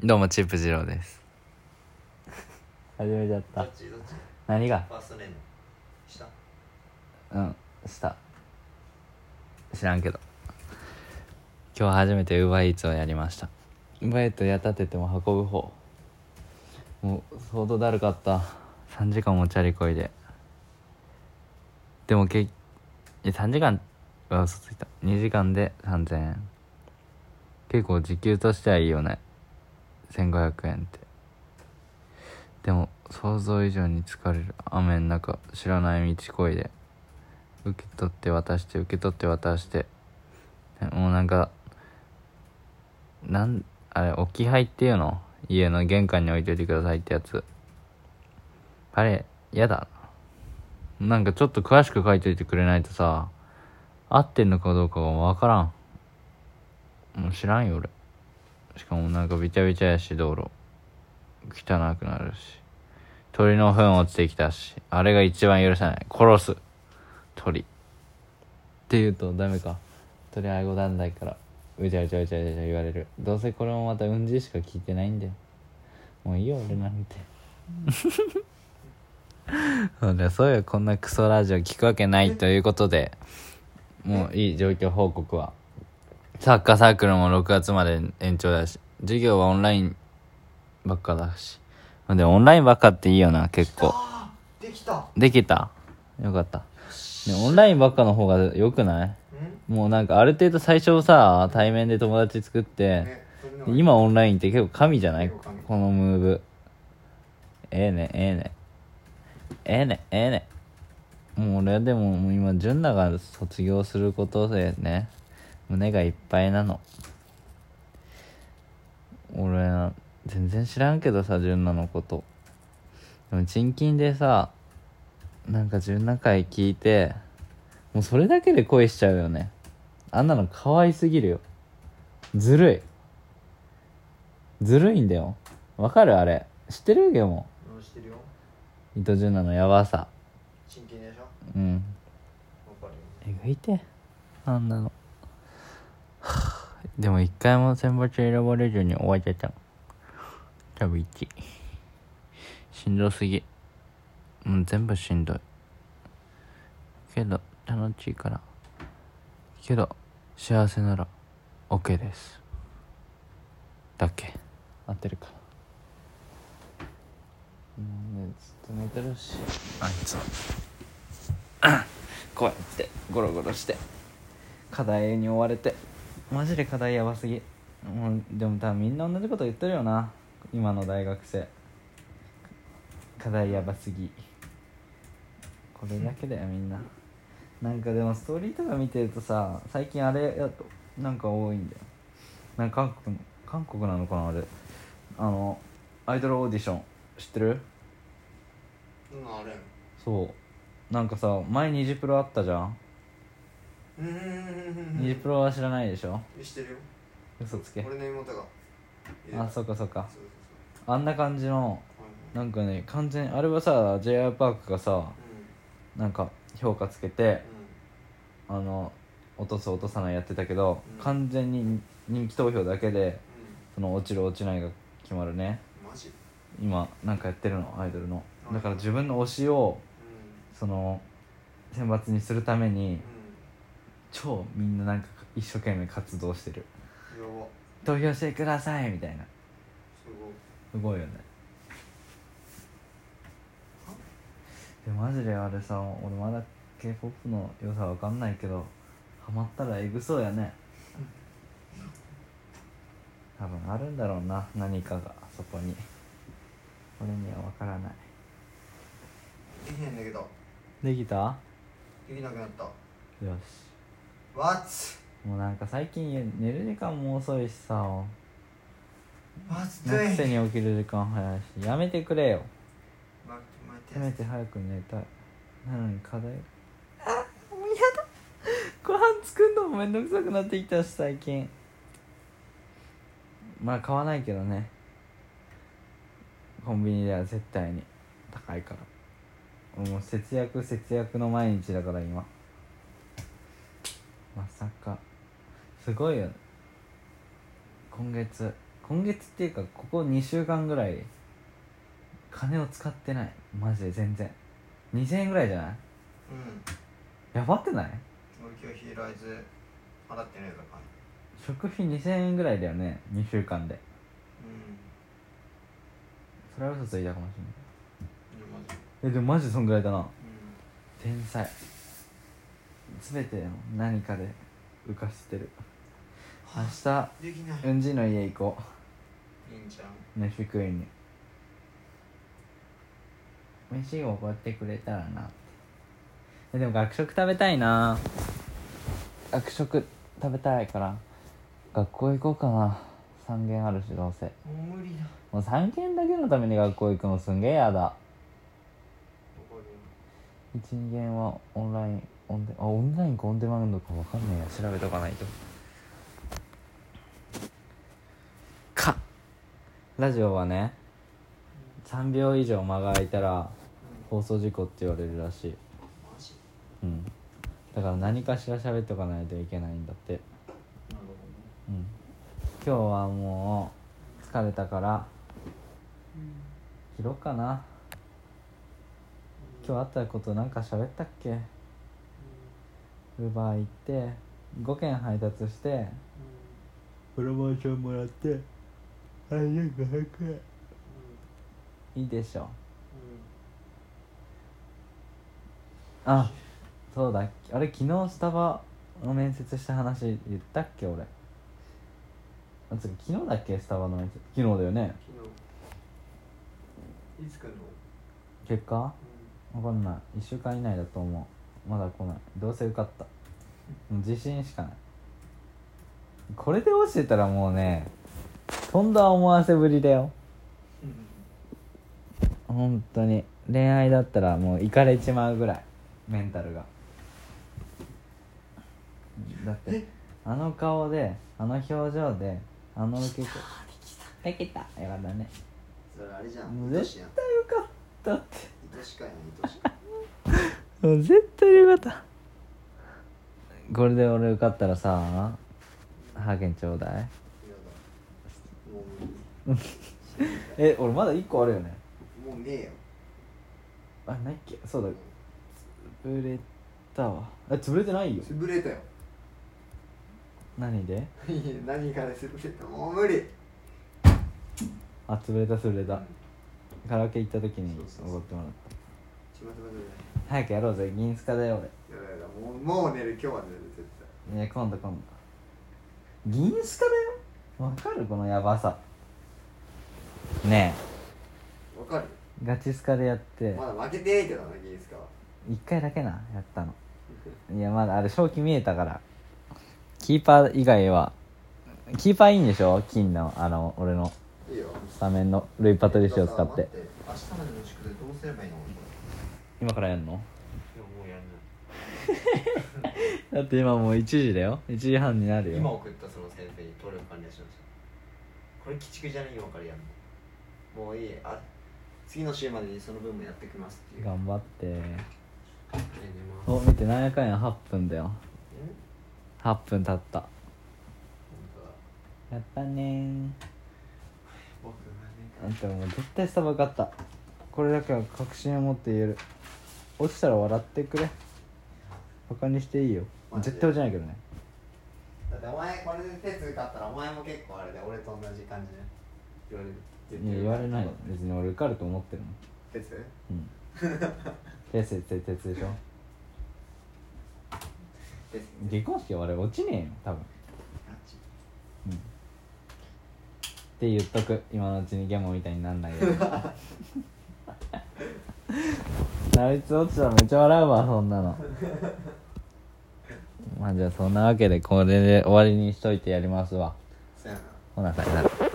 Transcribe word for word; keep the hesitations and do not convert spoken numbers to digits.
どうもチップ二郎です。始めちゃった。 どっちどっち何が？ ファーストネームしたうんした知らんけど今日初めて UberEats をやりました。 UberEats やったって言っても運ぶ方もう相当だるかった。さんじかんもチャリこいで。でもけいやさんじかんは嘘ついた。にじかんでさんぜんえん。結構時給としてはいいよね。せんごひゃくえんって。でも想像以上に疲れる。雨の中知らない道こいで受け取って渡して受け取って渡して、もうなんかなんあれ置き配っていうの、家の玄関に置いといてくださいってやつ、あれやだ。なんかちょっと詳しく書いといてくれないとさ、合ってんのかどうかがわからん。もう知らんよ俺。しかもなんかびちゃびちゃやし、道路汚くなるし、鳥の糞落ちてきたし、あれが一番許さない。殺す鳥って言うとダメか。鳥愛護団体からうちゃうちゃうちゃうちゃ言われる。どうせこれもまたうんじしか聞いてないんだよ。もういいよ俺なんてそうだ、そういうこんなクソラジオ聞くわけないということで、もういい状況報告は、サッカーサークルもろくがつまで延長だし、授業はオンラインばっかだし。でもオンラインばっかっていいよな。結構できたできた。よかった。ね、オンラインばっかの方が良くない？もうなんかある程度最初さ、対面で友達作って、ね、今オンラインって結構神じゃない？このムーブ。ええね、ええね。ええね、ええね。もう俺はでも、もう今、純奈が卒業することでね、胸がいっぱいなの。俺、全然知らんけどさ、純奈のこと。でも、チンキンでさ、なんか純奈会聞いて、もうそれだけで恋しちゃうよね。あんなの可愛すぎるよ。ずるい。ずるいんだよ。わかるあれ。知ってるゲも。 知ってるよ。 伊藤純奈のやばさ。 真剣でしょ。 うん。 わかるよ。 えぐいて。あんなの。でも一回も選抜選ばれずに終わっちゃった。多分いち。しんどすぎ。もう全部しんどい。けど、楽しいから。けど、幸せなら、OK です。だっけ？合ってるかな。もうね、ずっと寝てるし。あいつは。こうやって、ゴロゴロして、課題に追われて。マジで課題やばすぎ。もうでも多分みんな同じこと言ってるよな、今の大学生。課題やばすぎ。これだけだよみんな。なんかでもストーリーとか見てるとさ、最近あれやとなんか多いんだよ。なんか韓国の韓国なのかなあれ。あのアイドルオーディション知ってる？ うん、あれ。 そうなんかさ、前ニジプロあったじゃん。 うんうんうんうん。 ニジプロは知らないでしょ？ 知ってるよ。 嘘つけ。 俺の妹が。 あ、そっかそっか。 そうそうそう。 あんな感じの、 うん、 なんかね、完全あれはさ ジェイアイ パークがさ、 うん、 なんか評価つけて、 うん、 あの落とす落とさないやってたけど、 うん、 完全に人気投票だけで、 うん、 その落ちる落ちないが決まるね。 マジ？ 今なんかやってるのアイドルの。 うん、 だから自分の推しを、 うん、 その選抜にするために、 うん、 超みんななんか一生懸命活動してる。 やば。 投票してくださいみたいな。 すごい。 すごいよね。でマジであれさ、俺まだ K-ポップ の良さわかんないけど、ハマったらエグそうやね。多分あるんだろうな、何かがそこに。俺にはわからない。 できないんだけど。 できた？ できなくなった。 よし。 What？ もうなんか最近寝る時間も遅いしさ、の What's く doing？ せに起きる時間早いし、やめてくれよ。 ま、 せめて早く寝たい。なのに課題、あ、もうやだ。ご飯作るのもめんどくさくなってきたし最近。まあ買わないけどね、コンビニでは絶対に高いから。もう節約節約の毎日だから今。まさかすごいよね。今月今月っていうかここにしゅうかんぐらい金を使ってない。マジで全然にせんえんぐらいじゃない？ うんやばってない？ 俺今日ヒーライズ払ってねえから。 食費にせんえんぐらいだよね、にしゅうかんで。 うんそれは嘘ついたかもしいやマジれない。えでもマジそんぐらいだな。 うん天才。全ての何かで浮かしてる。明日できない、 うんじの家行こいいんじゃん。 う、飯食いに。飯をおごってくれたらな。えでも学食食べたいな。学食食べたいから学校行こうかな。さん限あるしどうせ。 もう無理だ。 もうさん限だけのために学校行くのすんげえやだ。 どこでいち、に限はオンラインオンデあオンラインかオンデマンドか分かんねえや。調べとかないと。かラジオはねさんびょう以上間が空いたら放送事故って言われるらしい。 マジうんだから何かしら喋っとかないといけないんだって。 なるほうん今日はもう疲れたから切ろうかな。今日あったことなんか喋ったっけ。ウーバー行ってごけん配達してプロモーションもらってさんぜんごひゃくえんいいでしょ。あそうだあれ昨日スタバの面接した話言ったっけ俺。あつ昨日だっけスタバの面接。昨日だよね。 昨日いつ来んの？ 結果わかんない。いっしゅうかん以内だと思う。まだ来ない。どうせ受かった。もう自信しかない。これで落ちてたらもうねとんだ思わせぶりだよ。本当に恋愛だったらもういかれちまうぐらいメンタルが。だってあの顔であの表情であの受け子できたよかったね。 それあれじゃもん。 う絶対受かったって愛しかやん、愛しか。 もう絶対よかった。これで俺受かったらさハーゲンちょうだい。 やだ。もう無理。 え俺まだいっこあるよね。 もうねえよ。 あないっけ。そうだ潰れたわ。え潰れてないよ。 潰れたよ。 何で。 いや何から潰れた。もう無理。 あ潰れた潰れた。カラオケ行った時にそうそうそうおごってもらっちょ待って待って待って。 た。早くやろうぜ銀スカだよいやいやいやもうもう寝る。今日は寝る絶対。 俺。いや今度今度銀スカだよ。わかるこのヤバさねわかる。 え。ガチスカでやってまだ負けてええけどな、ギースカは。 いっかいだけなやったの。いやまだあれ正気見えたから。キーパー以外はキーパーいいんでしょ。金のあの俺のいいよ。 スタメンのルイ・パトリシオを使って。 待って明日までの宿題どうすればいいの？ 今からやんの？ いやもうやんない。 だって今もういちじだよ。いちじはんになるよ。 今送ったその先生に登録完了しました。これ鬼畜じゃない？今からやるの？もういい。あ次の週までにその分もやってきますっていう。 頑張って。 ねお見てなんやかんやはっぷんだよ。 えはっぷん経った。 本当だ。 やったねー。 僕がね。 あんたもう絶対スタバ勝った。これだけは確信を持って言える。落ちたら笑ってくれ。バカにしていいよ。絶対落ちないけどね。 だってお前これで鉄受かったらお前も結構あれで俺と同じ感じで言われる。 いや言われない。別に俺受かると思ってるもん。 鉄？ うん鉄鉄鉄でしょ。 鉄。 結婚式は俺落ちねえよ多分。 ガチ。 うんって言っとく。今のうちにゲモみたいになんないようにあいつ落ちたらめっちゃ笑うわそんなのまあじゃあそんなわけでこれで終わりにしといてやりますわ。 そうやな。 ほなさよなら。